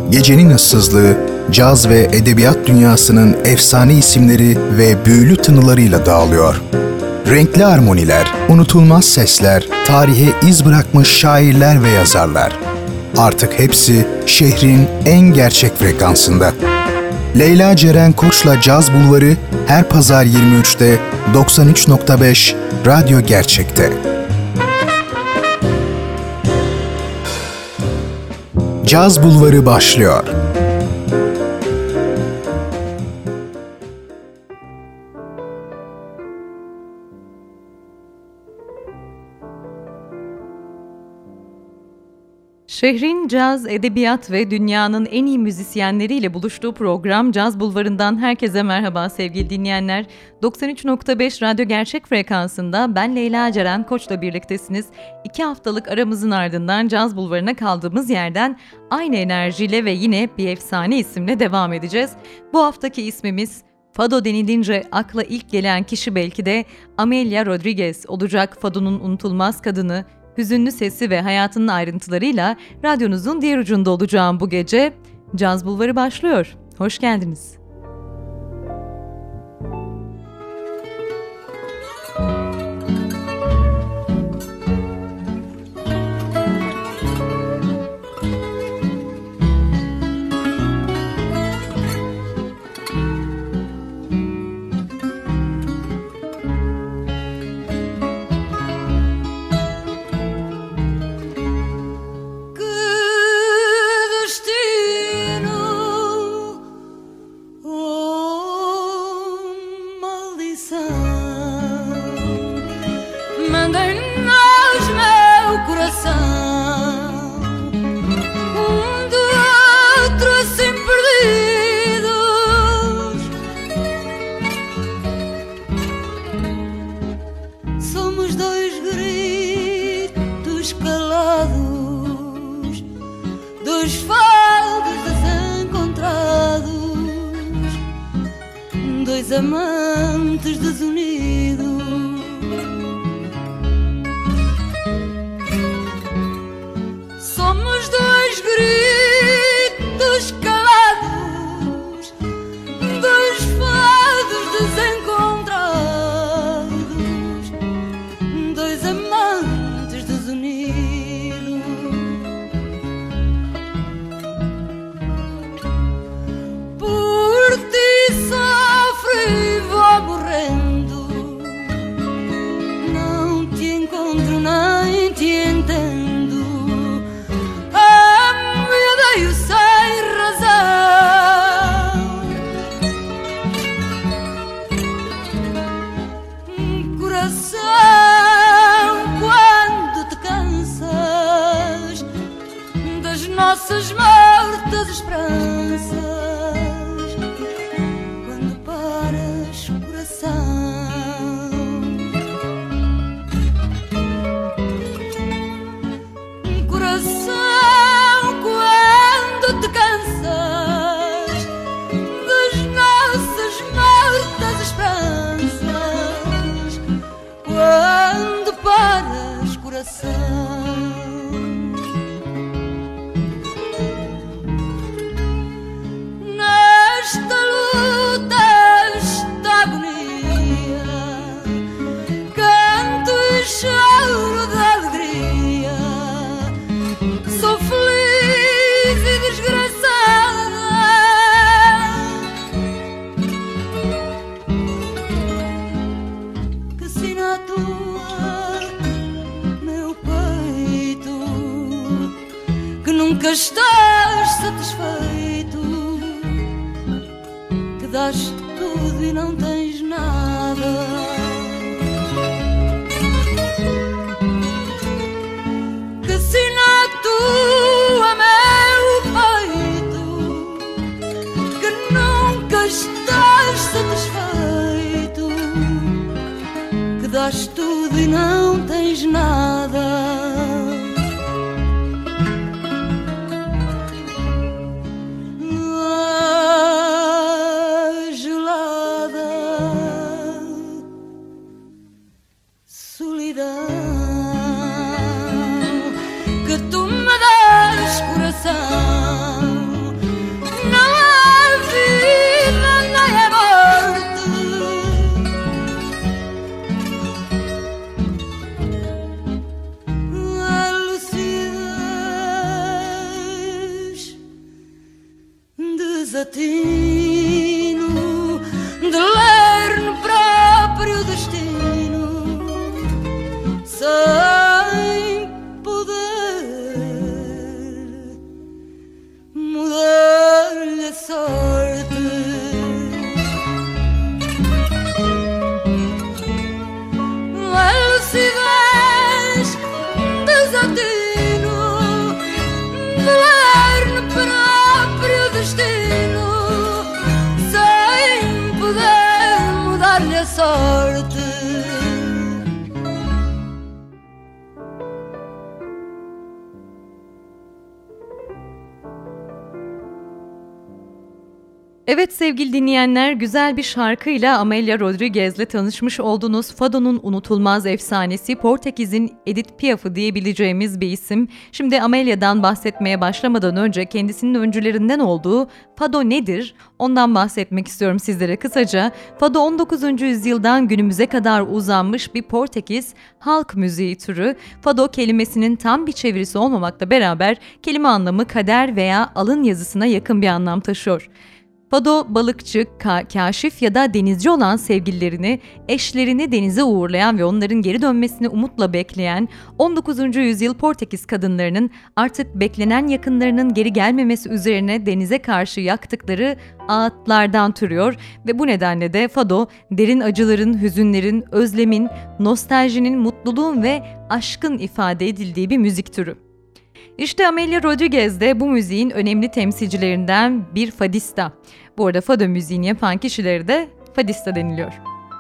gecenin ıssızlığı, caz ve edebiyat dünyasının efsane isimleri ve büyülü tınılarıyla dağılıyor. Renkli armoniler, unutulmaz sesler, tarihe iz bırakmış şairler ve yazarlar. Artık hepsi şehrin en gerçek frekansında. Leyla Ceren Koç'la Caz Bulvarı her pazar 23'te 93.5 Radyo Gerçek'te. Caz Bulvarı başlıyor. Şehrin caz, edebiyat ve dünyanın en iyi müzisyenleriyle buluştuğu program Caz Bulvarı'ndan herkese merhaba sevgili dinleyenler. 93.5 Radyo Gerçek frekansında ben Leyla Ceren Koç'la birliktesiniz. 2 haftalık aramızın ardından Caz Bulvarı'na kaldığımız yerden aynı enerjiyle ve yine bir efsane isimle devam edeceğiz. Bu haftaki ismimiz Fado denilince akla ilk gelen kişi belki de Amelia Rodriguez olacak. Fado'nun unutulmaz kadını, hüzünlü sesi ve hayatının ayrıntılarıyla radyonuzun diğer ucunda olacağım bu gece. Caz Bulvarı başlıyor. Hoş geldiniz. Amantes desunidos, somos dois gritos calados, dois fados desencontrados, dois amantes desunidos. Por ti sofro e vou morrendo, não te encontro nem te entendo, amo e odeio sem razão. Coração, quando te cansas das nossas mortas esperanças, quando paras, coração, coração, quando te cansas das nossas mortas esperanças, quando paras, coração. Nesta luta, esta agonia, canto e choro de alegria, sou feliz e desgraçada, que assina a tua, meu peito, que nunca estás satisfeito, que dás tudo e não tens nada, que assina a tua, meu peito, que nunca estás satisfeito, que dás tudo e não tens nada. Gelada desatino, de ler no próprio destino, sem poder mudar-lhe a sorte. Lucidez, desatino, de ler no próprio destino, sem poder mudar-lhe a sorte. Evet sevgili dinleyenler, güzel bir şarkıyla Amelia Rodriguez'le tanışmış oldunuz. Fado'nun unutulmaz efsanesi, Portekiz'in Edith Piaf'ı diyebileceğimiz bir isim. Şimdi Amelia'dan bahsetmeye başlamadan önce kendisinin öncülerinden olduğu Fado nedir? Ondan bahsetmek istiyorum sizlere kısaca. Fado 19. yüzyıldan günümüze kadar uzanmış bir Portekiz halk müziği türü. Fado kelimesinin tam bir çevirisi olmamakla beraber kelime anlamı kader veya alın yazısına yakın bir anlam taşıyor. Fado, balıkçı, kaşif ya da denizci olan sevgililerini, eşlerini denize uğurlayan ve onların geri dönmesini umutla bekleyen 19. yüzyıl Portekiz kadınlarının artık beklenen yakınlarının geri gelmemesi üzerine denize karşı yaktıkları ağıtlardan türüyor ve bu nedenle de Fado, derin acıların, hüzünlerin, özlemin, nostaljinin, mutluluğun ve aşkın ifade edildiği bir müzik türü. İşte Amelia Rodriguez de bu müziğin önemli temsilcilerinden bir fadista. Bu arada fado müziğini yapan kişilere de fadista deniliyor.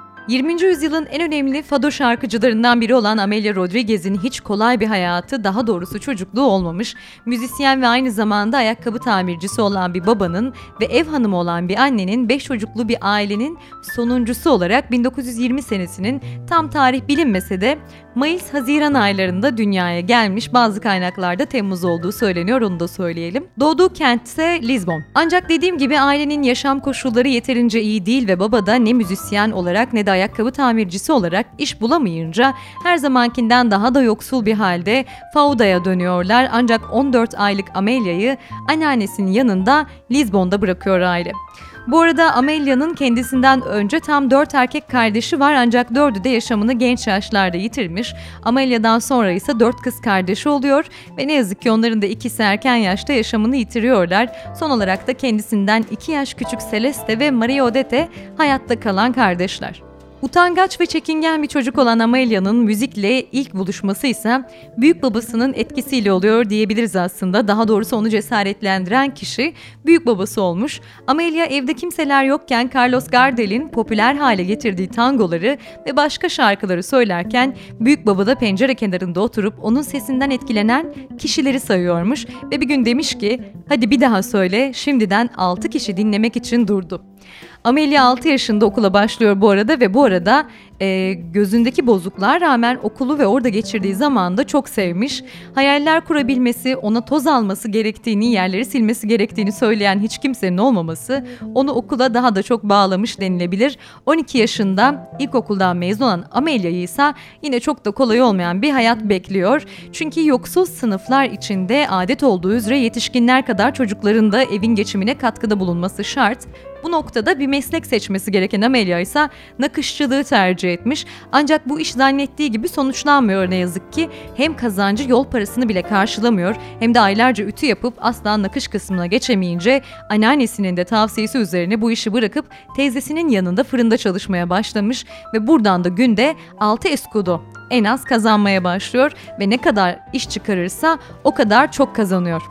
20. yüzyılın en önemli fado şarkıcılarından biri olan Amelia Rodriguez'in hiç kolay bir hayatı, daha doğrusu çocukluğu olmamış. Müzisyen ve aynı zamanda ayakkabı tamircisi olan bir babanın ve ev hanımı olan bir annenin 5 çocuklu bir ailenin sonuncusu olarak 1920 senesinin tam tarih bilinmese de Mayıs-Haziran aylarında dünyaya gelmiş, bazı kaynaklarda Temmuz olduğu söyleniyor, onu da söyleyelim. Doğduğu kent ise Lizbon. Ancak dediğim gibi ailenin yaşam koşulları yeterince iyi değil ve baba da ne müzisyen olarak ne de ayakkabı tamircisi olarak iş bulamayınca her zamankinden daha da yoksul bir halde Fauda'ya dönüyorlar. Ancak 14 aylık Amelia'yı anneannesinin yanında Lizbon'da bırakıyor aile. Bu arada Amelia'nın kendisinden önce tam 4 erkek kardeşi var, ancak 4'ü de yaşamını genç yaşlarda yitirmiş. Amelia'dan sonra ise 4 kız kardeşi oluyor ve ne yazık ki onların da ikisi erken yaşta yaşamını yitiriyorlar. Son olarak da kendisinden 2 yaş küçük Celeste ve Maria Odete hayatta kalan kardeşler. Utangaç ve çekingen bir çocuk olan Amelia'nın müzikle ilk buluşması ise büyük babasının etkisiyle oluyor diyebiliriz aslında. Daha doğrusu onu cesaretlendiren kişi büyük babası olmuş. Amelia evde kimseler yokken Carlos Gardel'in popüler hale getirdiği tangoları ve başka şarkıları söylerken büyük baba da pencere kenarında oturup onun sesinden etkilenen kişileri sayıyormuş ve bir gün demiş ki "Hadi bir daha söyle." Şimdiden 6 kişi dinlemek için durdu. Amelia 6 yaşında okula başlıyor bu arada ve bu arada gözündeki bozukluğa rağmen okulu ve orada geçirdiği zamanı da çok sevmiş. Hayaller kurabilmesi, ona toz alması gerektiğini, yerleri silmesi gerektiğini söyleyen hiç kimsenin olmaması onu okula daha da çok bağlamış denilebilir. 12 yaşında ilkokuldan mezun olan Amelia'yı ise yine çok da kolay olmayan bir hayat bekliyor. Çünkü yoksul sınıflar içinde adet olduğu üzere yetişkinler kadar çocukların da evin geçimine katkıda bulunması şart. Bu noktada bir meslek seçmesi gereken Amelia ise nakışçılığı tercih etmiş. Ancak bu iş zannettiği gibi sonuçlanmıyor ne yazık ki. Hem kazancı yol parasını bile karşılamıyor hem de aylarca ütü yapıp asla nakış kısmına geçemeyince anneannesinin de tavsiyesi üzerine bu işi bırakıp teyzesinin yanında fırında çalışmaya başlamış ve buradan da günde 6 escudo en az kazanmaya başlıyor ve ne kadar iş çıkarırsa o kadar çok kazanıyor.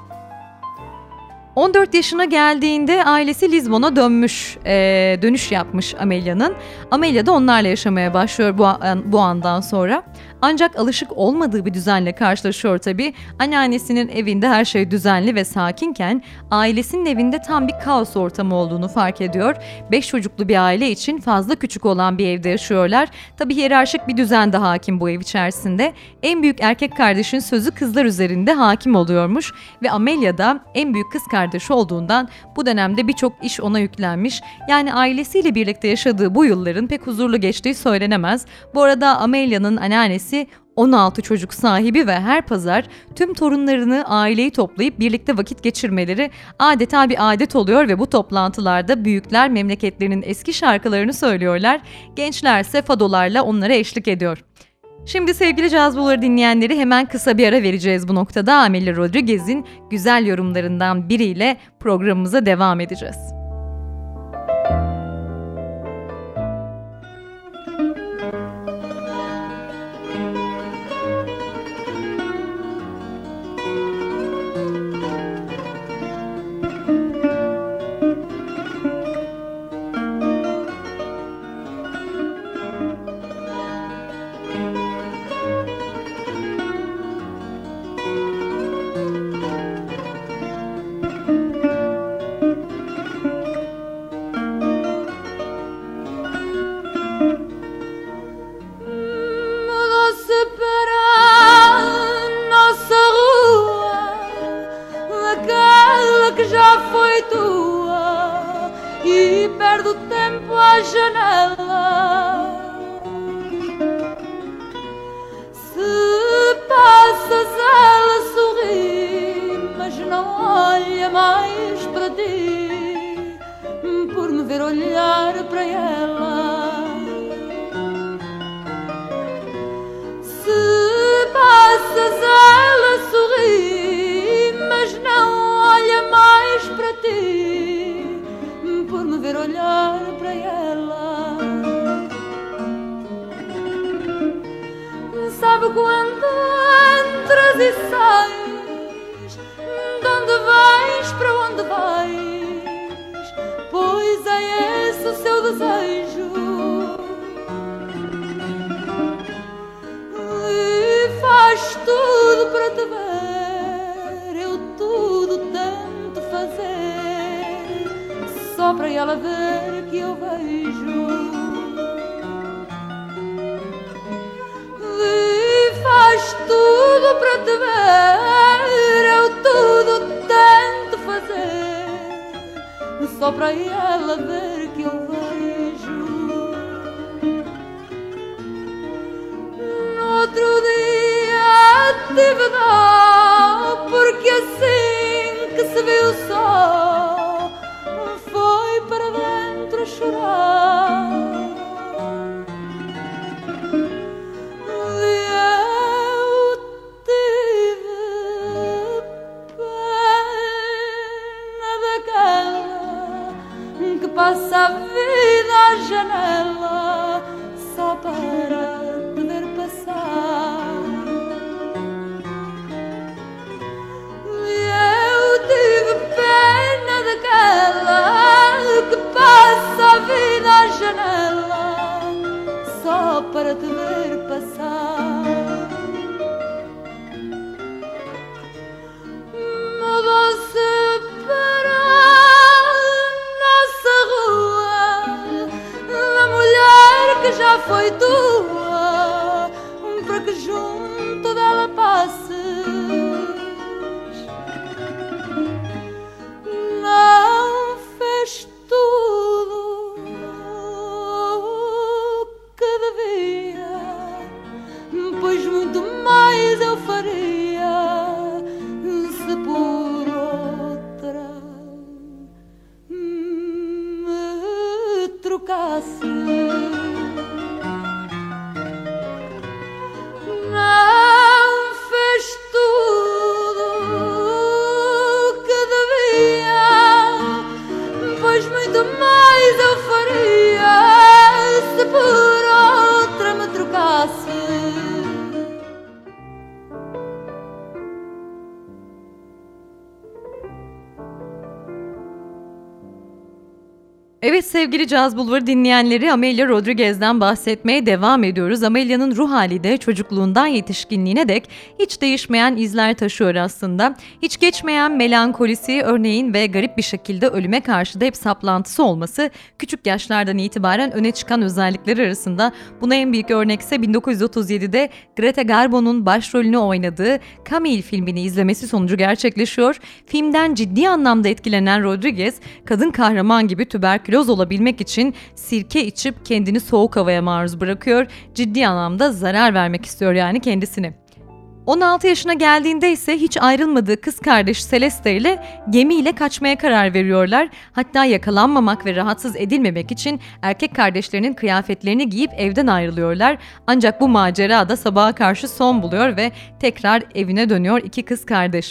14 yaşına geldiğinde ailesi Lizbon'a dönüş yapmış Amelia'nın. Amelia da onlarla yaşamaya başlıyor bu andan sonra. Ancak alışık olmadığı bir düzenle karşılaşıyor tabii. Anneannesinin evinde her şey düzenli ve sakinken ailesinin evinde tam bir kaos ortamı olduğunu fark ediyor. 5 çocuklu bir aile için fazla küçük olan bir evde yaşıyorlar. Tabii hiyerarşik bir düzen de hakim bu ev içerisinde. En büyük erkek kardeşin sözü kızlar üzerinde hakim oluyormuş ve Amelia da en büyük kız kardeşi olduğundan bu dönemde birçok iş ona yüklenmiş. Yani ailesiyle birlikte yaşadığı bu yılların pek huzurlu geçtiği söylenemez. Bu arada Amelia'nın anneannesi 16 çocuk sahibi ve her pazar tüm torunlarını, aileyi toplayıp birlikte vakit geçirmeleri adeta bir adet oluyor ve bu toplantılarda büyükler memleketlerinin eski şarkılarını söylüyorlar, gençlerse fadolarla onlara eşlik ediyor. Şimdi sevgili Caz Bulvarı dinleyenleri, hemen kısa bir ara vereceğiz bu noktada. Amelia Rodriguez'in güzel yorumlarından biriyle programımıza devam edeceğiz. Só pra ela ver que eu vejo. No outro dia tive dó, porque assim que se viu só, foi para dentro a chorar. Passa a vida à janela só para te ver passar. E eu tive pena daquela que passa a vida à janela só para te ver passar. Mudou-se para que já foi tua, para que junto dela passes. Não fez tudo o que devia, pois muito mais eu faria se por outra me trocasse. Evet sevgili Caz Bulvarı dinleyenleri, Amelia Rodriguez'den bahsetmeye devam ediyoruz. Amelia'nın ruh hali de çocukluğundan yetişkinliğine dek hiç değişmeyen izler taşıyor aslında. Hiç geçmeyen melankolisi örneğin ve garip bir şekilde ölüme karşı da hep saplantısı olması küçük yaşlardan itibaren öne çıkan özellikleri arasında. Buna en büyük örnekse 1937'de Greta Garbo'nun başrolünü oynadığı Camille filmini izlemesi sonucu gerçekleşiyor. Filmden ciddi anlamda etkilenen Rodriguez, kadın kahraman gibi tüberküloz loz olabilmek için sirke içip kendini soğuk havaya maruz bırakıyor. Ciddi anlamda zarar vermek istiyor yani kendisine. 16 yaşına geldiğinde ise hiç ayrılmadığı kız kardeş Celeste ile gemiyle kaçmaya karar veriyorlar. Hatta yakalanmamak ve rahatsız edilmemek için erkek kardeşlerinin kıyafetlerini giyip evden ayrılıyorlar. Ancak bu macera da sabaha karşı son buluyor ve tekrar evine dönüyor iki kız kardeş.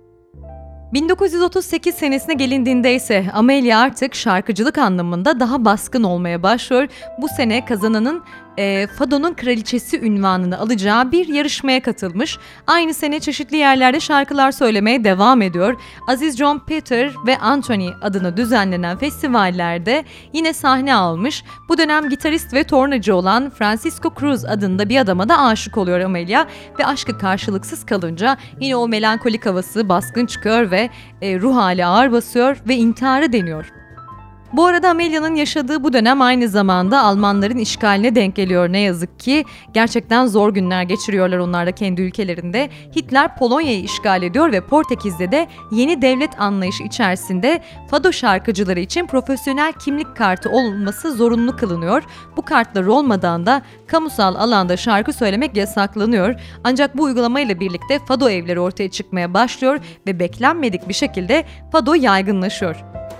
1938 senesine gelindiğinde ise Amelia artık şarkıcılık anlamında daha baskın olmaya başlıyor. Bu sene kazananın Fado'nun kraliçesi unvanını alacağı bir yarışmaya katılmış. Aynı sene çeşitli yerlerde şarkılar söylemeye devam ediyor. Aziz John Peter ve Anthony adına düzenlenen festivallerde yine sahne almış. Bu dönem gitarist ve tornacı olan Francisco Cruz adında bir adama da aşık oluyor Amelia ve aşkı karşılıksız kalınca yine o melankolik havası baskın çıkıyor ve ruh hali ağır basıyor ve intiharı deniyor. Bu arada Amelia'nın yaşadığı bu dönem aynı zamanda Almanların işgaline denk geliyor ne yazık ki. Gerçekten zor günler geçiriyorlar onlar da kendi ülkelerinde. Hitler Polonya'yı işgal ediyor ve Portekiz'de de yeni devlet anlayışı içerisinde Fado şarkıcıları için profesyonel kimlik kartı olması zorunlu kılınıyor. Bu kartlar olmadan da kamusal alanda şarkı söylemek yasaklanıyor. Ancak bu uygulamayla birlikte Fado evleri ortaya çıkmaya başlıyor ve beklenmedik bir şekilde Fado yaygınlaşıyor.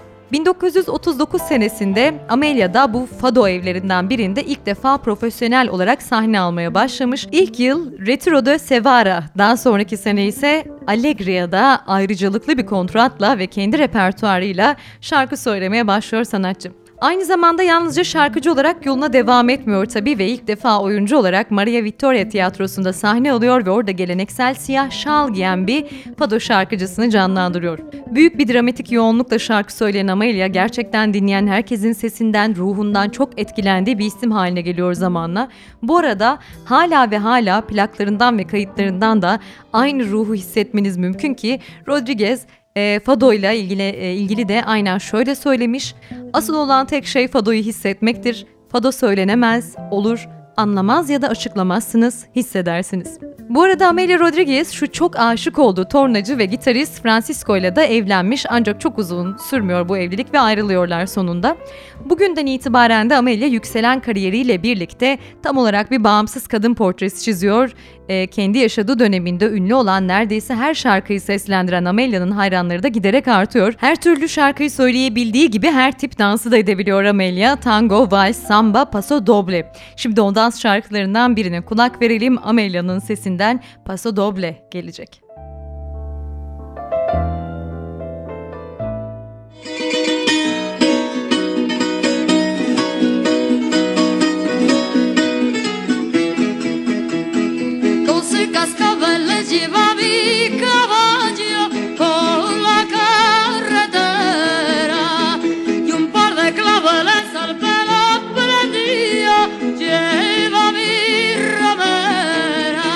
1939 senesinde Amelia da bu Fado evlerinden birinde ilk defa profesyonel olarak sahne almaya başlamış. İlk yıl Retiro de Sevara, daha sonraki sene ise Allegria'da ayrıcalıklı bir kontratla ve kendi repertuarıyla şarkı söylemeye başlıyor sanatçı. Aynı zamanda yalnızca şarkıcı olarak yoluna devam etmiyor tabii ve ilk defa oyuncu olarak Maria Vittoria Tiyatrosu'nda sahne alıyor ve orada geleneksel siyah şal giyen bir Fado şarkıcısını canlandırıyor. Büyük bir dramatik yoğunlukla şarkı söyleyen Amelia gerçekten dinleyen herkesin sesinden, ruhundan çok etkilendiği bir isim haline geliyor zamanla. Bu arada hala plaklarından ve kayıtlarından da aynı ruhu hissetmeniz mümkün ki Rodriguez Fado ile ilgili de aynen şöyle söylemiş. Asıl olan tek şey Fado'yu hissetmektir. Fado söylenemez, olur, anlamaz ya da açıklamazsınız, hissedersiniz. Bu arada Amelia Rodriguez şu çok aşık olduğu tornacı ve gitarist Francisco ile de evlenmiş ancak çok uzun sürmüyor bu evlilik ve ayrılıyorlar sonunda. Bugünden itibaren de Amelia yükselen kariyeriyle birlikte tam olarak bir bağımsız kadın portresi çiziyor. Kendi yaşadığı döneminde ünlü olan neredeyse her şarkıyı seslendiren Amelia'nın hayranları da giderek artıyor. Her türlü şarkıyı söyleyebildiği gibi her tip dansı da edebiliyor Amelia. Tango, vals, samba, paso doble. Şimdi o dans şarkılarından birine kulak verelim. Amelia'nın sesinden Paso Doble gelecek. Lleva mi caballo por la carretera y un par de claveles al pelo prendido lleva mi ramera.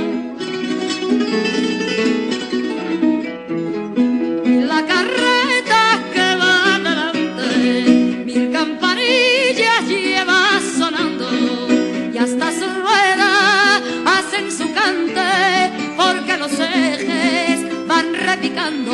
La carreta que va delante, mil campanillas lleva sonando y hasta su rueda hacen su cante. Porque los ejes van repicando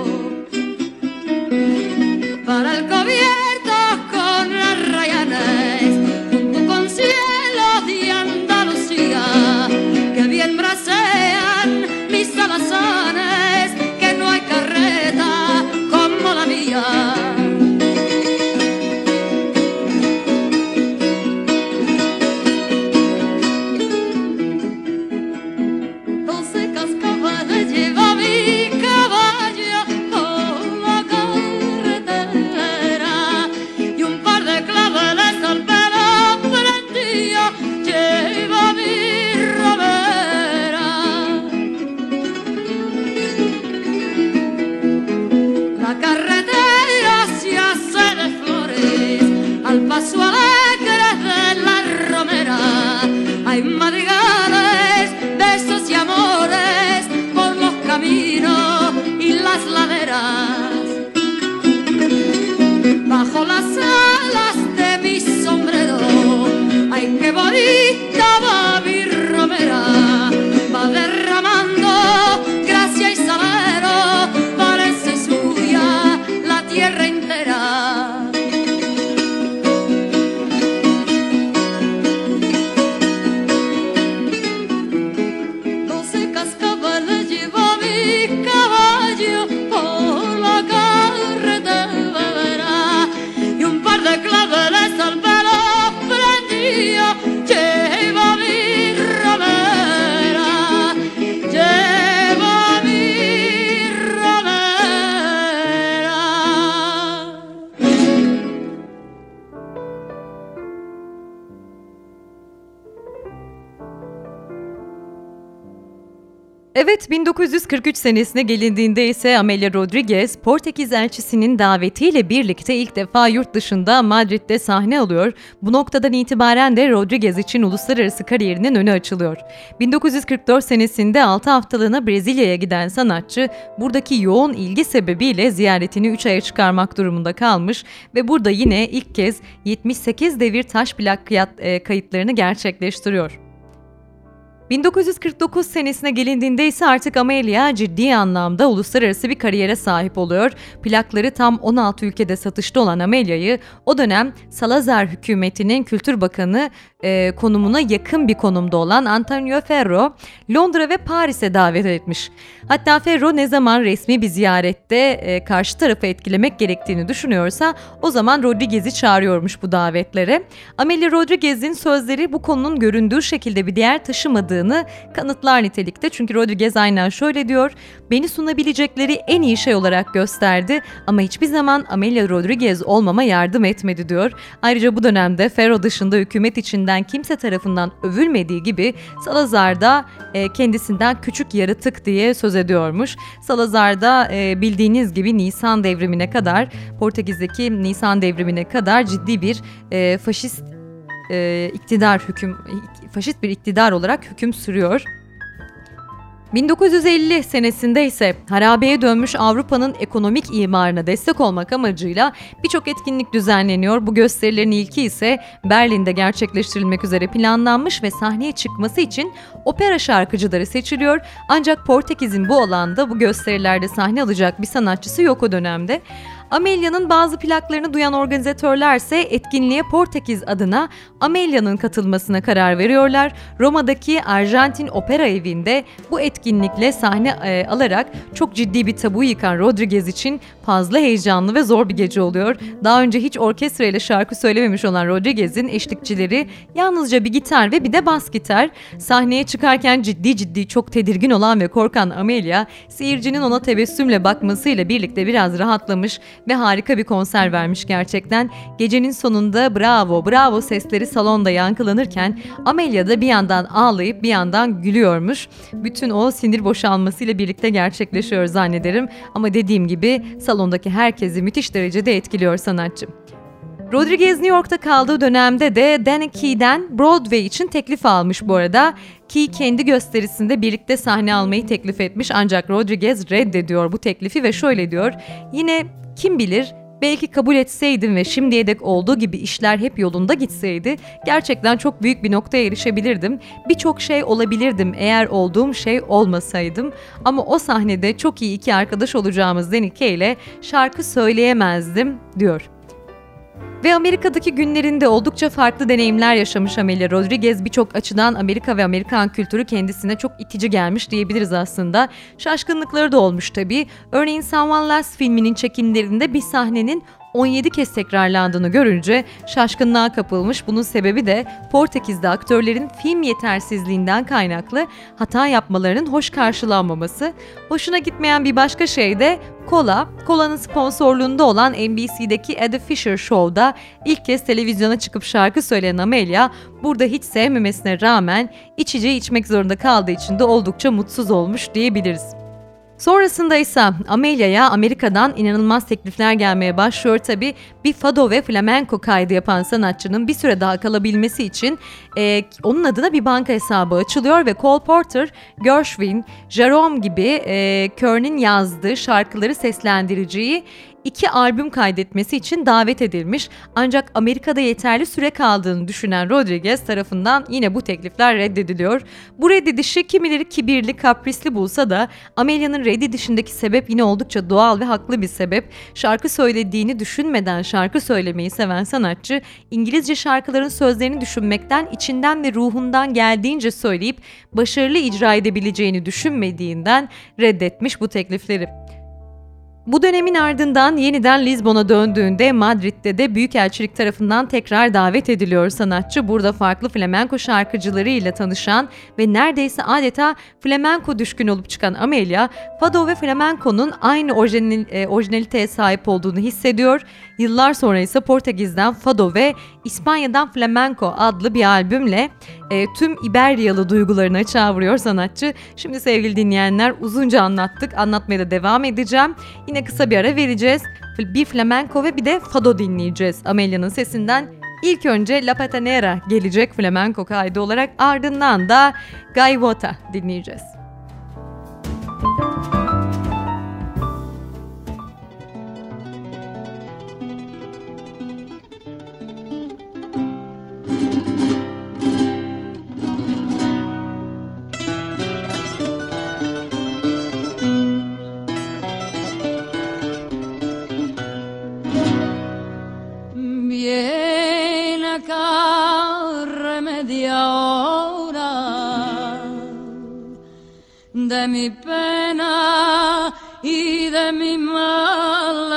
para el cubierto con las rayanes junto con cielos de Andalucía que bien brasean mis alazanes, que no hay carreta como la mía. Lleva mi caballo por la carretera y un par de claveles al pelo prendido lleva mi ramera. La carretera Evet, 1943 senesine gelindiğinde ise Amélia Rodrigues, Portekiz elçisinin davetiyle birlikte ilk defa yurt dışında Madrid'de sahne alıyor. Bu noktadan itibaren de Rodrigues için uluslararası kariyerinin önü açılıyor. 1944 senesinde 6 haftalığına Brezilya'ya giden sanatçı, buradaki yoğun ilgi sebebiyle ziyaretini 3 aya çıkarmak durumunda kalmış ve burada yine ilk kez 78 devir taş plak kayıtlarını gerçekleştiriyor. 1949 senesine gelindiğinde ise artık Amelia ciddi anlamda uluslararası bir kariyere sahip oluyor. Plakları tam 16 ülkede satışta olan Amelia'yı o dönem Salazar hükümetinin Kültür Bakanı konumuna yakın bir konumda olan Antonio Ferro, Londra ve Paris'e davet etmiş. Hatta Ferro ne zaman resmi bir ziyarette karşı tarafı etkilemek gerektiğini düşünüyorsa o zaman Rodrigues'i çağırıyormuş bu davetlere. Amelia Rodrigues'in sözleri bu konunun göründüğü şekilde bir değer taşımadığını kanıtlar nitelikte. Çünkü Rodrigues aynen şöyle diyor: "Beni sunabilecekleri en iyi şey olarak gösterdi ama hiçbir zaman Amelia Rodrigues olmama yardım etmedi," diyor. Ayrıca bu dönemde Ferro dışında hükümet içinden kimse tarafından övülmediği gibi Salazar da kendisinden küçük yaratık diye söz ediyormuş. Salazar da bildiğiniz gibi Nisan devrimine kadar, Portekiz'deki Nisan devrimine kadar ciddi bir faşist bir iktidar olarak hüküm sürüyor. 1950 senesinde ise harabeye dönmüş Avrupa'nın ekonomik imarına destek olmak amacıyla birçok etkinlik düzenleniyor. Bu gösterilerin ilki ise Berlin'de gerçekleştirilmek üzere planlanmış ve sahneye çıkması için opera şarkıcıları seçiliyor. Ancak Portekiz'in bu alanda bu gösterilerde sahne alacak bir sanatçısı yok o dönemde. Amelia'nın bazı plaklarını duyan organizatörlerse etkinliğe Portekiz adına Amelia'nın katılmasına karar veriyorlar. Roma'daki Arjantin Opera Evi'nde bu etkinlikle sahne alarak çok ciddi bir tabu yıkan Rodrigues için fazla heyecanlı ve zor bir gece oluyor. Daha önce hiç orkestra ile şarkı söylememiş olan Rodrigues'in eşlikçileri yalnızca bir gitar ve bir de bas gitar. Sahneye çıkarken ciddi çok tedirgin olan ve korkan Amelia, seyircinin ona tebessümle bakmasıyla birlikte biraz rahatlamış ve harika bir konser vermiş gerçekten. Gecenin sonunda bravo sesleri salonda yankılanırken Amelia da bir yandan ağlayıp bir yandan gülüyormuş. Bütün o sinir boşalmasıyla birlikte gerçekleşiyor zannederim. Ama dediğim gibi salondaki herkesi müthiş derecede etkiliyor sanatçı. Rodrigues New York'ta kaldığı dönemde de Danny Key'den Broadway için teklif almış bu arada. Key kendi gösterisinde birlikte sahne almayı teklif etmiş ancak Rodrigues reddediyor bu teklifi ve şöyle diyor: "Yine kim bilir, belki kabul etseydim ve şimdiye dek olduğu gibi işler hep yolunda gitseydi gerçekten çok büyük bir noktaya erişebilirdim. Birçok şey olabilirdim eğer olduğum şey olmasaydım. Ama o sahnede çok iyi iki arkadaş olacağımız Danny Kaye ile şarkı söyleyemezdim," diyor. Ve Amerika'daki günlerinde oldukça farklı deneyimler yaşamış Amelia Rodrigues. Birçok açıdan Amerika ve Amerikan kültürü kendisine çok itici gelmiş diyebiliriz aslında. Şaşkınlıkları da olmuş tabii. Örneğin Someone Last filminin çekimlerinde bir sahnenin 17 kez tekrarlandığını görünce şaşkınlığa kapılmış. Bunun sebebi de Portekiz'de aktörlerin film yetersizliğinden kaynaklı hata yapmalarının hoş karşılanmaması. Hoşuna gitmeyen bir başka şey de Cola'nın sponsorluğunda olan NBC'deki Eddie Fisher Show'da ilk kez televizyona çıkıp şarkı söyleyen Amelia, burada hiç sevmemesine rağmen içeceği içmek zorunda kaldığı için de oldukça mutsuz olmuş diyebiliriz. Sonrasında ise Amelia'ya Amerika'dan inanılmaz teklifler gelmeye başlıyor tabii. Bir fado ve flamenco kaydı yapan sanatçının bir süre daha kalabilmesi için onun adına bir banka hesabı açılıyor ve Cole Porter, Gershwin, Jerome gibi Kern'in yazdığı şarkıları seslendireceği 2 albüm kaydetmesi için davet edilmiş. Ancak Amerika'da yeterli süre kaldığını düşünen Rodrigues tarafından yine bu teklifler reddediliyor. Bu reddedişi kimileri kibirli, kaprisli bulsa da Amelia'nın reddedişindeki sebep yine oldukça doğal ve haklı bir sebep. Şarkı söylediğini düşünmeden şarkı söylemeyi seven sanatçı, İngilizce şarkıların sözlerini düşünmekten, içinden ve ruhundan geldiğince söyleyip başarılı icra edebileceğini düşünmediğinden reddetmiş bu teklifleri. Bu dönemin ardından yeniden Lizbon'a döndüğünde Madrid'de de Büyükelçilik tarafından tekrar davet ediliyor sanatçı. Burada farklı flamenco şarkıcılarıyla tanışan ve neredeyse adeta flamenco düşkün olup çıkan Amelia, fado ve flamenco'nun aynı orijinaliteye sahip olduğunu hissediyor. Yıllar sonra ise Portekiz'den fado ve İspanya'dan Flamenco adlı bir albümle tüm İberyalı duygularını çağırıyor sanatçı. Şimdi sevgili dinleyenler, uzunca anlattık, anlatmaya da devam edeceğim. Yine kısa bir ara vereceğiz. Bir flamenco ve bir de fado dinleyeceğiz Amelia'nın sesinden. İlk önce La Patanera gelecek flamenco kaydı olarak, ardından da Gaivota dinleyeceğiz. De mi pena y de mi mal,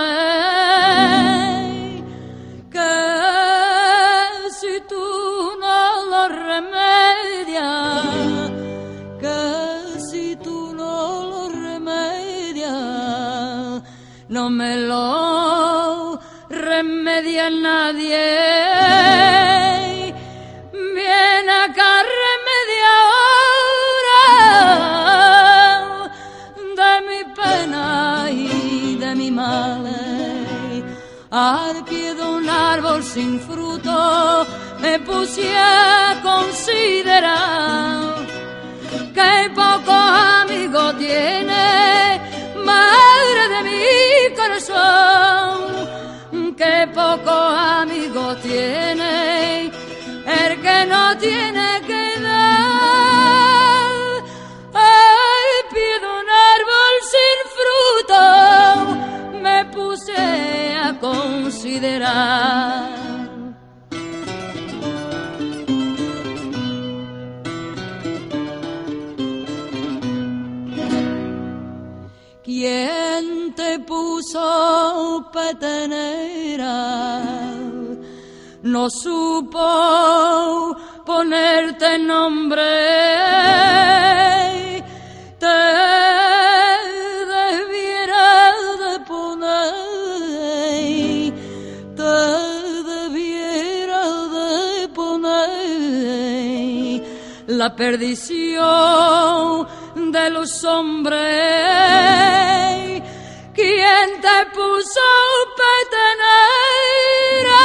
que si tú no lo remedias, que si tú no lo remedias, no me lo remedia nadie. Viene acá remedia al pie de un árbol sin fruto me puse a considerar que poco amigo tiene madre de mi corazón, que poco amigo tiene el que no tiene que dar. Al pie de un árbol sin fruto me puse a considerar. ¿Quién te puso patanera? No supo ponerte nombre. La perdición de los hombres. ¿Quién te puso patanera?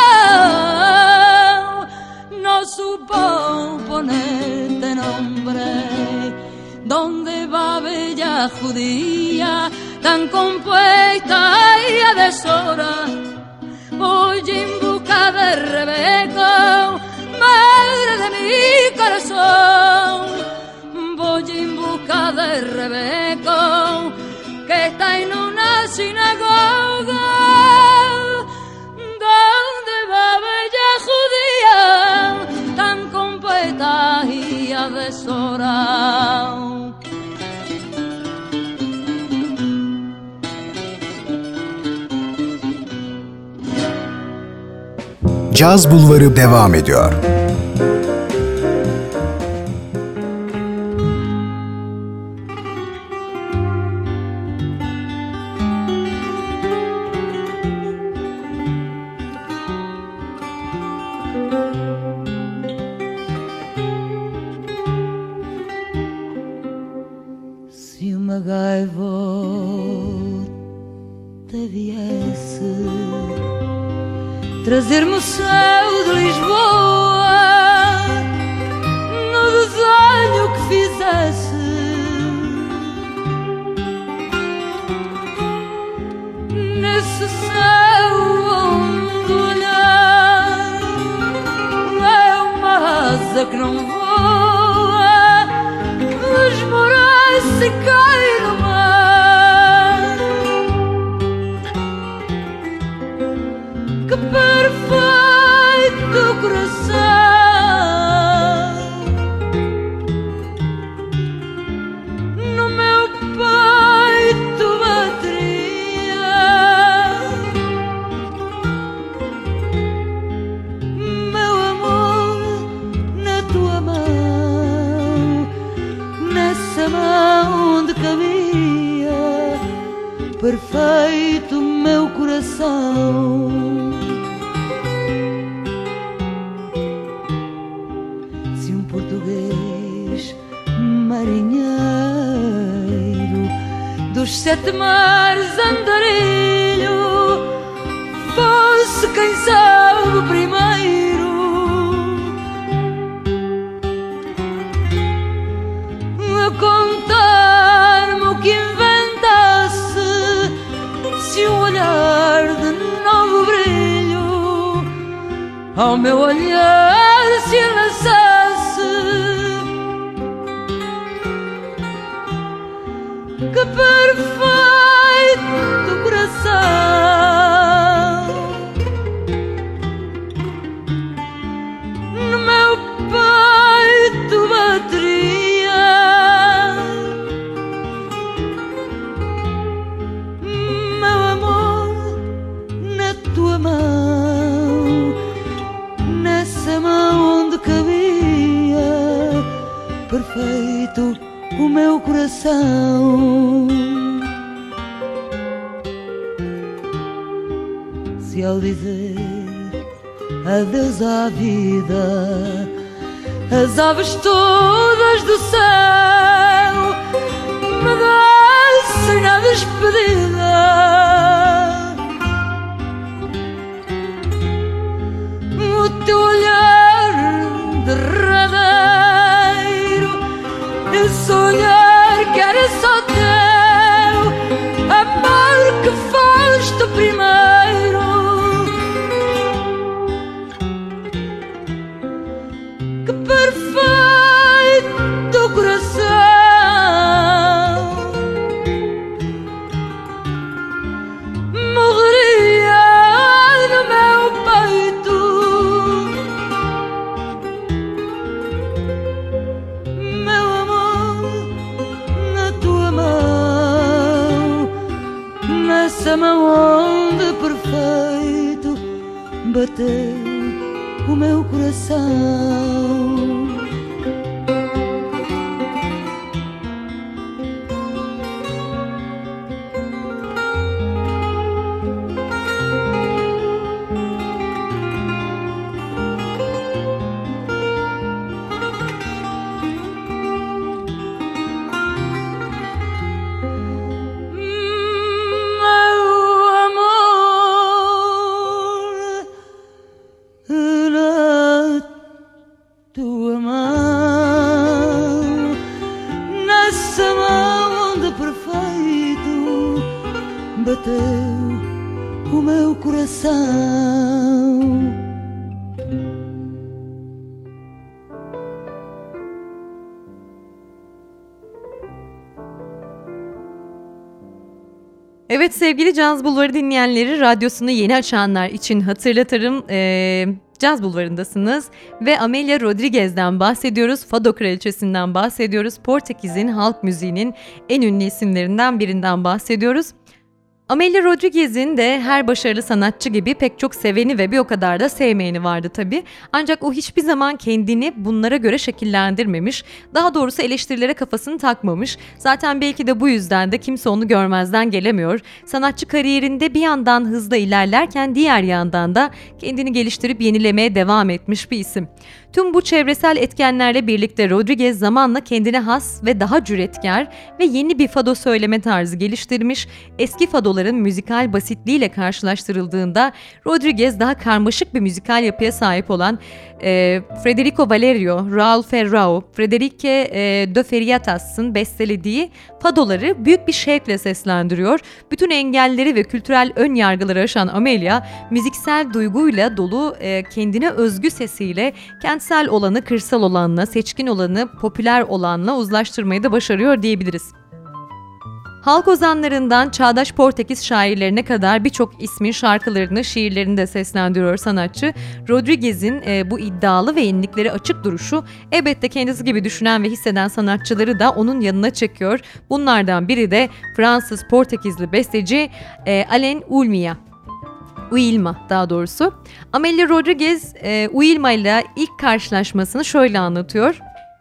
No supo ponerte nombre. ¿Dónde va bella judía tan compuesta y a deshora? Voy en busca de Rebeca, madre de mi corazón. Voy en busca de Rebeca, que está en una sinagoga. ¿Dónde va bella judía tan compuesta y a deshora? Caz Bulvarı devam ediyor. Se uma gaivota viesse trazer-me o céu de Lisboa, no desenho que fizesse, nesse céu onde olhar é uma asa que não voa, esmorece e cai no mar. Que perfeito coração no meu peito bateria. Meu amor, na tua mão, nessa mão onde cabia perfeito meu coração. sete mares andarilho, fosse quem sabe primeiro a contar-me o que inventasse, se um olhar de novo brilho ao meu olhar se lançasse. Que perfeito coração no meu peito bateria, meu amor, na tua mão, nessa mão onde cabia perfeito o meu coração. Se ao dizer adeus à vida, as aves todas do céu me descem na despedida, o teu olhar derradeiro, esse olhar que era só teu, amor que foste primeiro, que perfeito coração morreria no meu peito, meu amor, na tua mão, nessa mão onde perfeito bateu o meu coração. Bateu o meu coração. Evet sevgili Caz Bulvarı dinleyenleri, radyosunu yeni açanlar için hatırlatırım. Caz Bulvarı'ndasınız ve Amelia Rodriguez'den bahsediyoruz. Fado Kraliçesinden bahsediyoruz. Portekiz'in halk müziğinin en ünlü isimlerinden birinden bahsediyoruz. Amelia Rodriguez'in de her başarılı sanatçı gibi pek çok seveni ve bir o kadar da sevmeyeni vardı tabii. Ancak o hiçbir zaman kendini bunlara göre şekillendirmemiş. Daha doğrusu eleştirilere kafasını takmamış. Zaten belki de bu yüzden de kimse onu görmezden gelemiyor. Sanatçı kariyerinde bir yandan hızla ilerlerken diğer yandan da kendini geliştirip yenilemeye devam etmiş bir isim. Tüm bu çevresel etkenlerle birlikte Rodriguez zamanla kendine has ve daha cüretkar ve yeni bir fado söyleme tarzı geliştirmiş. Eski fadoların müzikal basitliğiyle karşılaştırıldığında Rodriguez daha karmaşık bir müzikal yapıya sahip olan Federico Valerio, Raul Ferrao, Frederique de Freitas'ın bestelediği fadoları büyük bir şevkle seslendiriyor. Bütün engelleri ve kültürel ön yargıları aşan Amelia, müziksel duyguyla dolu kendine özgü sesiyle kentsel olanı kırsal olanla, seçkin olanı popüler olanla uzlaştırmayı da başarıyor diyebiliriz. Halk ozanlarından çağdaş Portekiz şairlerine kadar birçok ismin şarkılarını, şiirlerini de seslendiriyor sanatçı. Rodriguez'in bu iddialı ve yenilikleri açık duruşu elbette kendisi gibi düşünen ve hisseden sanatçıları da onun yanına çekiyor. Bunlardan biri de Fransız-Portekizli besteci Alain Uilma daha doğrusu. Amelia Rodriguez Uilma ile ilk karşılaşmasını şöyle anlatıyor.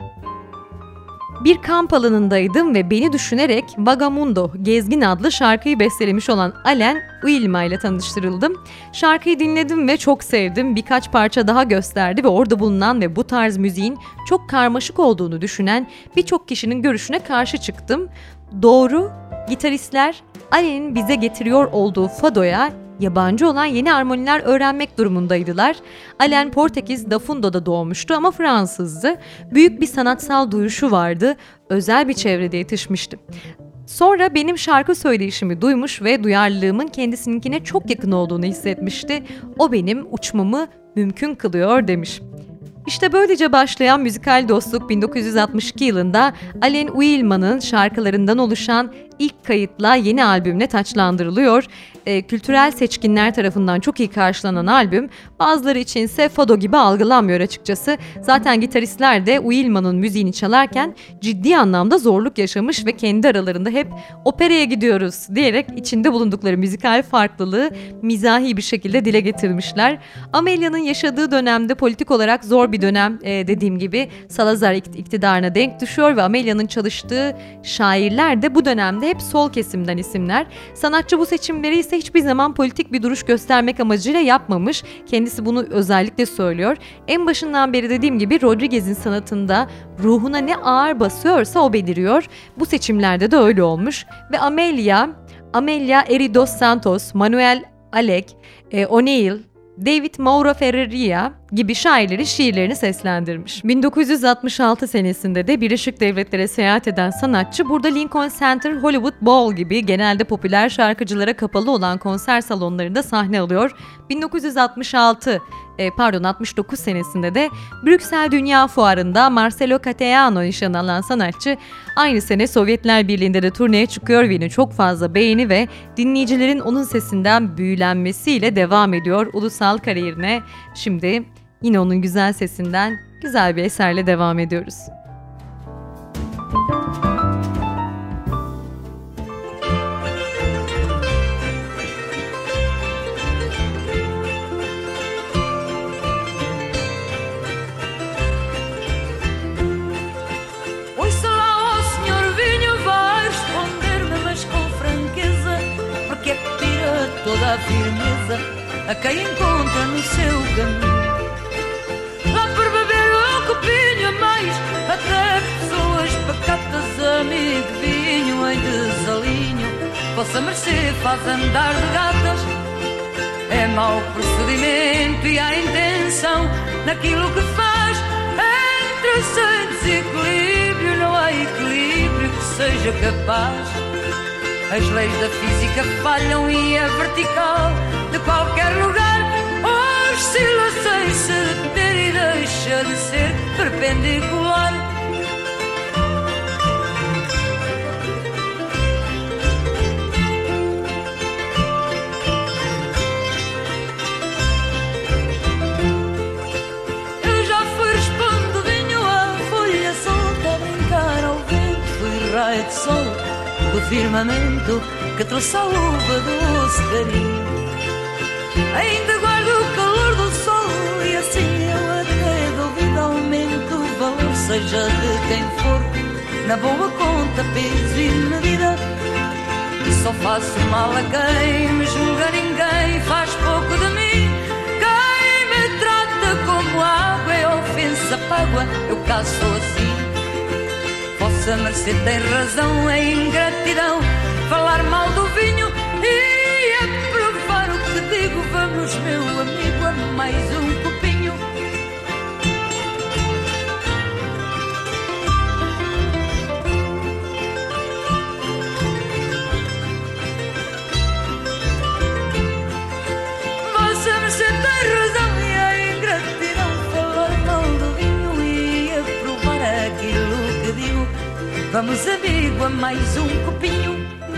Bir kamp alanındaydım ve beni düşünerek Vagamundo, Gezgin adlı şarkıyı bestelemiş olan Alain Uilma ile tanıştırıldım. Şarkıyı dinledim ve çok sevdim. Birkaç parça daha gösterdi ve orada bulunan ve bu tarz müziğin çok karmaşık olduğunu düşünen birçok kişinin görüşüne karşı çıktım. Doğru, gitaristler Alen'in bize getiriyor olduğu fadoya yabancı olan yeni armoniler öğrenmek durumundaydılar. Alen Portekiz da Fundo'da doğmuştu ama Fransızdı. Büyük bir sanatsal duyuşu vardı, özel bir çevrede yetişmişti. Sonra benim şarkı söyleyişimi duymuş ve duyarlılığımın kendisininkine çok yakın olduğunu hissetmişti. O benim uçmamı mümkün kılıyor demiş. İşte böylece başlayan müzikal dostluk 1962 yılında Alen Uillman'ın şarkılarından oluşan ilk kayıtla yeni albümle taçlandırılıyor. Kültürel seçkinler tarafından çok iyi karşılanan albüm, bazıları içinse fado gibi algılanmıyor açıkçası. Zaten gitaristler de Uillman'ın müziğini çalarken ciddi anlamda zorluk yaşamış ve kendi aralarında hep operaya gidiyoruz diyerek içinde bulundukları müzikal farklılığı mizahi bir şekilde dile getirmişler. Amelia'nın yaşadığı dönemde politik olarak zor bir dönem, dediğim gibi Salazar iktidarına denk düşüyor ve Amelia'nın çalıştığı şairler de bu dönemde hep sol kesimden isimler. Sanatçı bu seçimleri ise hiçbir zaman politik bir duruş göstermek amacıyla yapmamış. Kendisi bunu özellikle söylüyor. En başından beri dediğim gibi Rodriguez'in sanatında ruhuna ne ağır basıyorsa o beliriyor. Bu seçimlerde de öyle olmuş. Ve Amelia Eri dos Santos, Manuel Alec, O'Neill, David Moura Ferreira gibi şairlerin şiirlerini seslendirmiş. 1966 senesinde de Birleşik Devletlere seyahat eden sanatçı burada Lincoln Center, Hollywood Bowl gibi genelde popüler şarkıcılara kapalı olan konser salonlarında sahne alıyor. 69 senesinde de Brüksel Dünya Fuarı'nda Marcelo Caetano nişan alan sanatçı aynı sene Sovyetler Birliği'nde de turneye çıkıyor ve yine çok fazla beğeni ve dinleyicilerin onun sesinden büyülenmesiyle devam ediyor ulusal kariyerine. Şimdi yine onun güzel sesinden güzel bir eserle devam ediyoruz. Ouça lá, ó senhor Vinho, vai responder-me, mas com franqueza, porque é que tira toda a firmeza a quem encontra no seu caminho. Lá por beber um copinho a mais, até pessoas pacatas, amigo vinho em desalinho. Vossa mercê faz andar de gatas, é mau procedimento e há intenção naquilo que faz. Entre sem desequilíbrio não há equilíbrio que seja capaz. As leis da física falham e a vertical de qualquer lugar oscila sem se deter e deixa de ser perpendicular. Eu já fui respondo vinho à folha solta a brincar ao vento, fui raio de sol do firmamento que trouxe a uva doce carinho. Ainda guardo o calor do sol e assim eu até duvido aumento o valor, seja de quem for, na boa conta, peso e medida. E só faço mal a quem me julga, ninguém faz pouco de mim. Quem me trata como água é ofensa págua, eu cá sou assim. Vossa mercê tem razão, é ingratidão falar mal do vinho e aprovar o que digo. Vamos, meu amigo, a mais um copinho. Vossa mercê tem razão e é ingratidão falar mal do vinho e aprovar aquilo que digo. Vamos, amigo, a mais um copinho.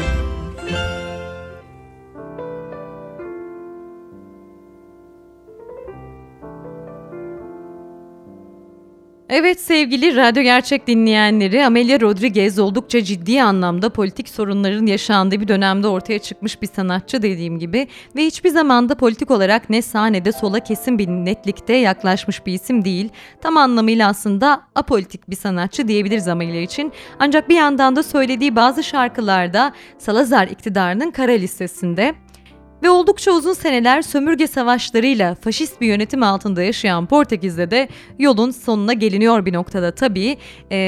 Evet sevgili Radyo Gerçek dinleyenleri, Amelia Rodriguez oldukça ciddi anlamda politik sorunların yaşandığı bir dönemde ortaya çıkmış bir sanatçı dediğim gibi ve hiçbir zaman da politik olarak ne sağa ne de sola kesin bir netlikte yaklaşmış bir isim değil. Tam anlamıyla aslında apolitik bir sanatçı diyebiliriz Amelia için. Ancak bir yandan da söylediği bazı şarkılarda Salazar iktidarının kara listesinde. Ve oldukça uzun seneler sömürge savaşlarıyla faşist bir yönetim altında yaşayan Portekiz'de de yolun sonuna geliniyor bir noktada tabii.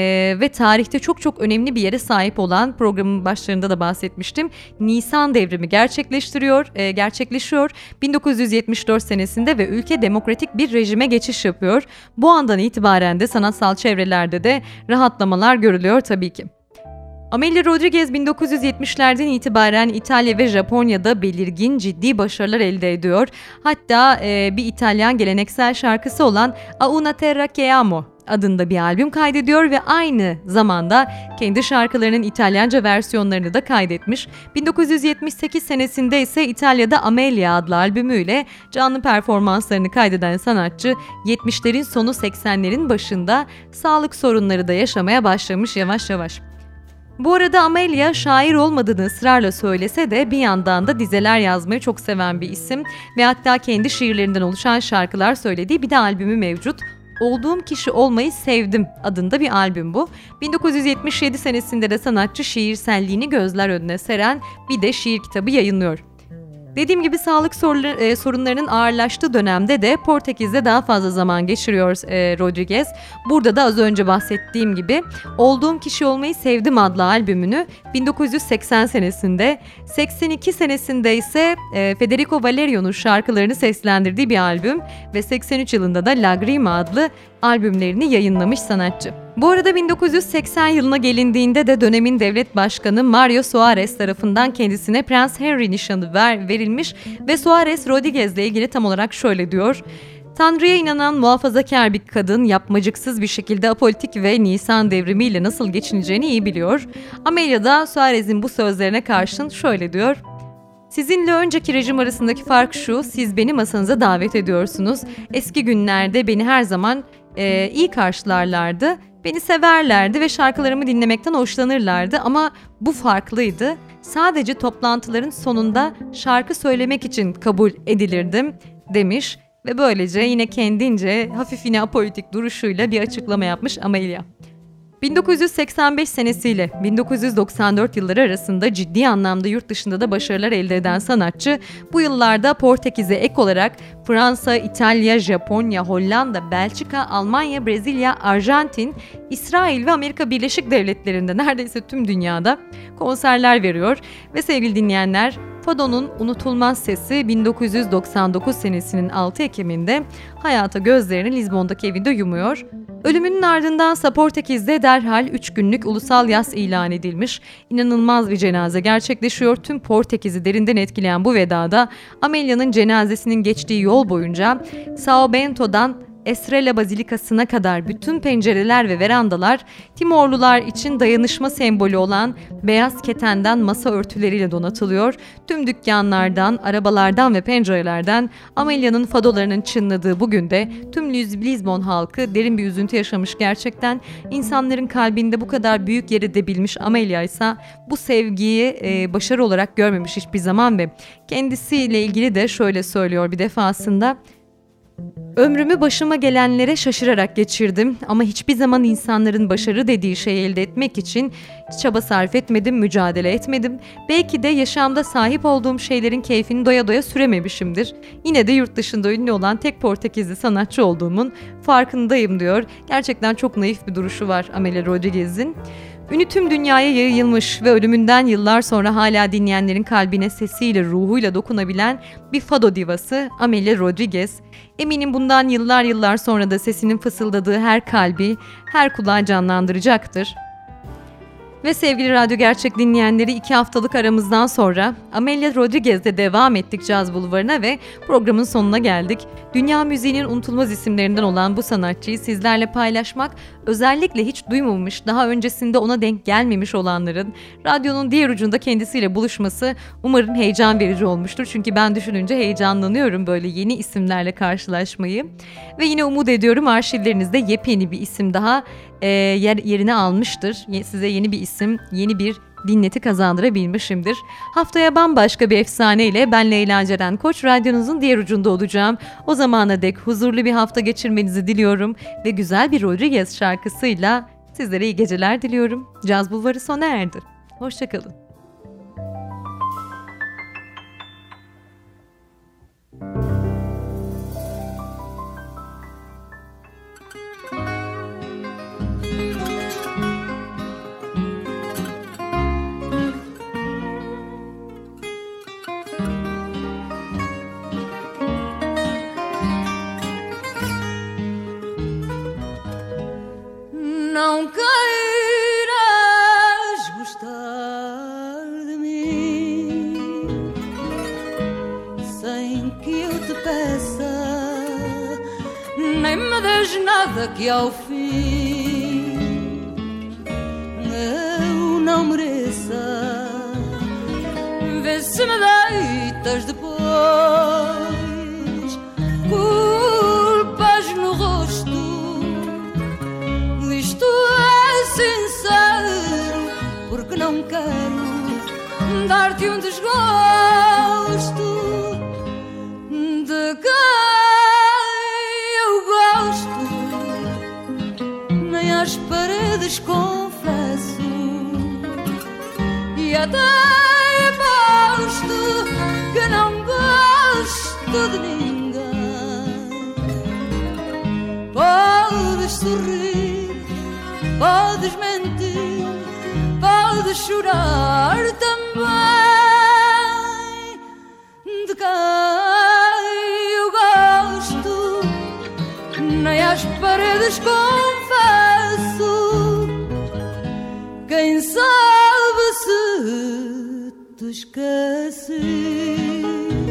Ve tarihte çok çok önemli bir yere sahip olan, programın başlarında da bahsetmiştim, Nisan devrimi gerçekleşiyor 1974 senesinde ve ülke demokratik bir rejime geçiş yapıyor. Bu andan itibaren de sanatsal çevrelerde de rahatlamalar görülüyor tabii ki. Amelia Rodriguez 1970'lerden itibaren İtalya ve Japonya'da belirgin ciddi başarılar elde ediyor. Hatta bir İtalyan geleneksel şarkısı olan A Una Terra Che Amo adında bir albüm kaydediyor ve aynı zamanda kendi şarkılarının İtalyanca versiyonlarını da kaydetmiş. 1978 senesinde ise İtalya'da Amelia adlı albümüyle canlı performanslarını kaydeden sanatçı 70'lerin sonu 80'lerin başında sağlık sorunları da yaşamaya başlamış yavaş yavaş. Bu arada Amelia şair olmadığını ısrarla söylese de bir yandan da dizeler yazmayı çok seven bir isim ve hatta kendi şiirlerinden oluşan şarkılar söylediği bir de albümü mevcut. Olduğum Kişi Olmayı Sevdim adında bir albüm bu. 1977 senesinde de sanatçı şiirselliğini gözler önüne seren bir de şiir kitabı yayınlıyor. Dediğim gibi sağlık sorunlarının ağırlaştığı dönemde de Portekiz'de daha fazla zaman geçiriyor Rodriguez. Burada da az önce bahsettiğim gibi Olduğum Kişi Olmayı Sevdim adlı albümünü 1980 senesinde, 82 senesinde ise Federico Valerio'nun şarkılarını seslendirdiği bir albüm ve 83 yılında da Lagrima adlı albümlerini yayınlamış sanatçı. Bu arada 1980 yılına gelindiğinde de dönemin devlet başkanı Mario Soares tarafından kendisine Prens Henry nişanı verilmiş ve Soares Rodriguez'le ilgili tam olarak şöyle diyor: Tanrı'ya inanan muhafazakar bir kadın yapmacıksız bir şekilde apolitik ve Nisan devrimiyle nasıl geçineceğini iyi biliyor. Amelia da Soares'in bu sözlerine karşın şöyle diyor: Sizinle önceki rejim arasındaki fark şu, siz beni masanıza davet ediyorsunuz. Eski günlerde beni her zaman iyi karşılarlardı, beni severlerdi ve şarkılarımı dinlemekten hoşlanırlardı ama bu farklıydı. Sadece toplantıların sonunda şarkı söylemek için kabul edilirdim demiş ve böylece yine kendince hafif yine apolitik duruşuyla bir açıklama yapmış Amelia. 1985 senesiyle 1994 yılları arasında ciddi anlamda yurt dışında da başarılar elde eden sanatçı, bu yıllarda Portekiz'e ek olarak Fransa, İtalya, Japonya, Hollanda, Belçika, Almanya, Brezilya, Arjantin, İsrail ve Amerika Birleşik Devletleri'nde neredeyse tüm dünyada konserler veriyor ve sevgili dinleyenler, Fado'nun unutulmaz sesi 1999 senesinin 6 Ekim'inde hayata gözlerini Lizbon'daki evinde yumuyor. Ölümünün ardındansa Portekiz'de derhal 3 günlük ulusal yas ilan edilmiş. İnanılmaz bir cenaze gerçekleşiyor. Tüm Portekiz'i derinden etkileyen bu vedada Amelia'nın cenazesinin geçtiği yol boyunca São Bento'dan Estrela Bazilikası'na kadar bütün pencereler ve verandalar Timorlular için dayanışma sembolü olan beyaz ketenden masa örtüleriyle donatılıyor. Tüm dükkanlardan, arabalardan ve pencerelerden Amelia'nın fadolarının çınladığı bugün de tüm Lizbon halkı derin bir üzüntü yaşamış gerçekten. İnsanların kalbinde bu kadar büyük yer edebilmiş Amelia ise bu sevgiyi başarı olarak görmemiş hiçbir zaman ve kendisiyle ilgili de şöyle söylüyor bir defasında: Ömrümü başıma gelenlere şaşırarak geçirdim ama hiçbir zaman insanların başarı dediği şeyi elde etmek için çaba sarf etmedim, mücadele etmedim. Belki de yaşamda sahip olduğum şeylerin keyfini doya doya sürememişimdir. Yine de yurt dışında ünlü olan tek Portekizli sanatçı olduğumun farkındayım diyor. Gerçekten çok naif bir duruşu var Amelia Rodriguez'in. Ünü tüm dünyaya yayılmış ve ölümünden yıllar sonra hala dinleyenlerin kalbine sesiyle, ruhuyla dokunabilen bir fado divası Amelia Rodriguez. Eminim bundan yıllar sonra da sesinin fısıldadığı her kalbi, her kulağı canlandıracaktır. Ve sevgili Radyo Gerçek dinleyenleri, 2 haftalık aramızdan sonra Amelia Rodriguez'de devam ettik Caz Bulvarı'na ve programın sonuna geldik. Dünya müziğinin unutulmaz isimlerinden olan bu sanatçıyı sizlerle paylaşmak, özellikle hiç duymamış, daha öncesinde ona denk gelmemiş olanların radyonun diğer ucunda kendisiyle buluşması umarım heyecan verici olmuştur. Çünkü ben düşününce heyecanlanıyorum böyle yeni isimlerle karşılaşmayı. Ve yine umut ediyorum arşivlerinizde yepyeni bir isim daha yerini almıştır. Size yeni bir isim, yeni bir dinleti kazandırabilmişimdir. Haftaya bambaşka bir efsaneyle ben Leyla Ceren Koç radyonuzun diğer ucunda olacağım. O zamana dek huzurlu bir hafta geçirmenizi diliyorum ve güzel bir Rodriguez şarkısıyla sizlere iyi geceler diliyorum. Caz Bulvarı sona erdi. Hoşçakalın. nem me des nada que ao fim eu não mereça. Vê se me deitas depois culpas no rosto. Isto é sincero, porque não quero dar-te um desgosto de quem eu gosto. Nem às paredes confesso e até aposto que não gosto de ninguém. Podes sorrir, podes mentir, podes chorar também. De quem eu gosto, nem às paredes confesso. Quem sabe se te esqueci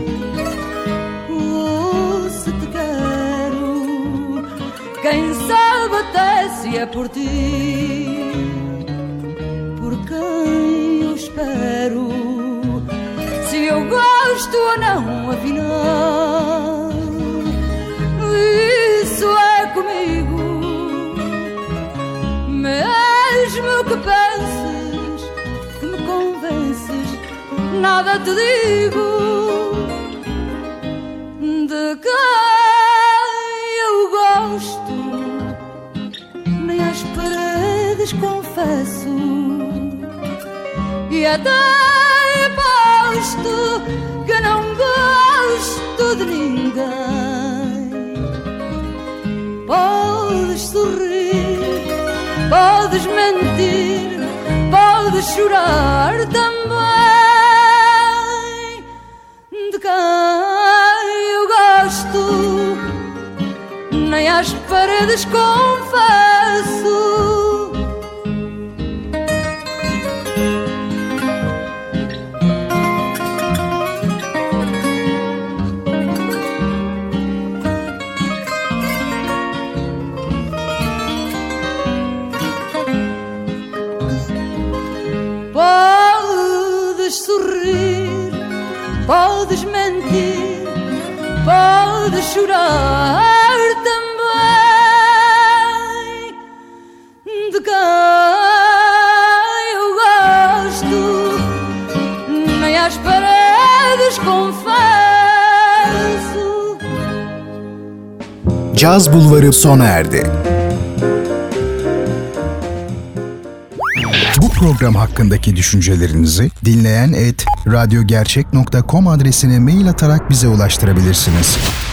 ou se te quero. Quem sabe até se é por ti, por quem eu espero. Se eu gosto ou não, afinal, isso é comigo. Mesmo que penses que me convences, nada te digo. De quem eu gosto, nem às paredes confesso e até aposto que não gosto de ninguém. Podes sorrir, podes mentir, podes chorar também. De quem eu gosto, nem às paredes confesso. Podes sorrir, podes mentir, podes chorar também. De quem eu gosto, nem às paredes confesso. Caz Bulvarı sona erdi. Bu program hakkındaki düşüncelerinizi dinleyen@radyogercek.com adresine mail atarak bize ulaştırabilirsiniz.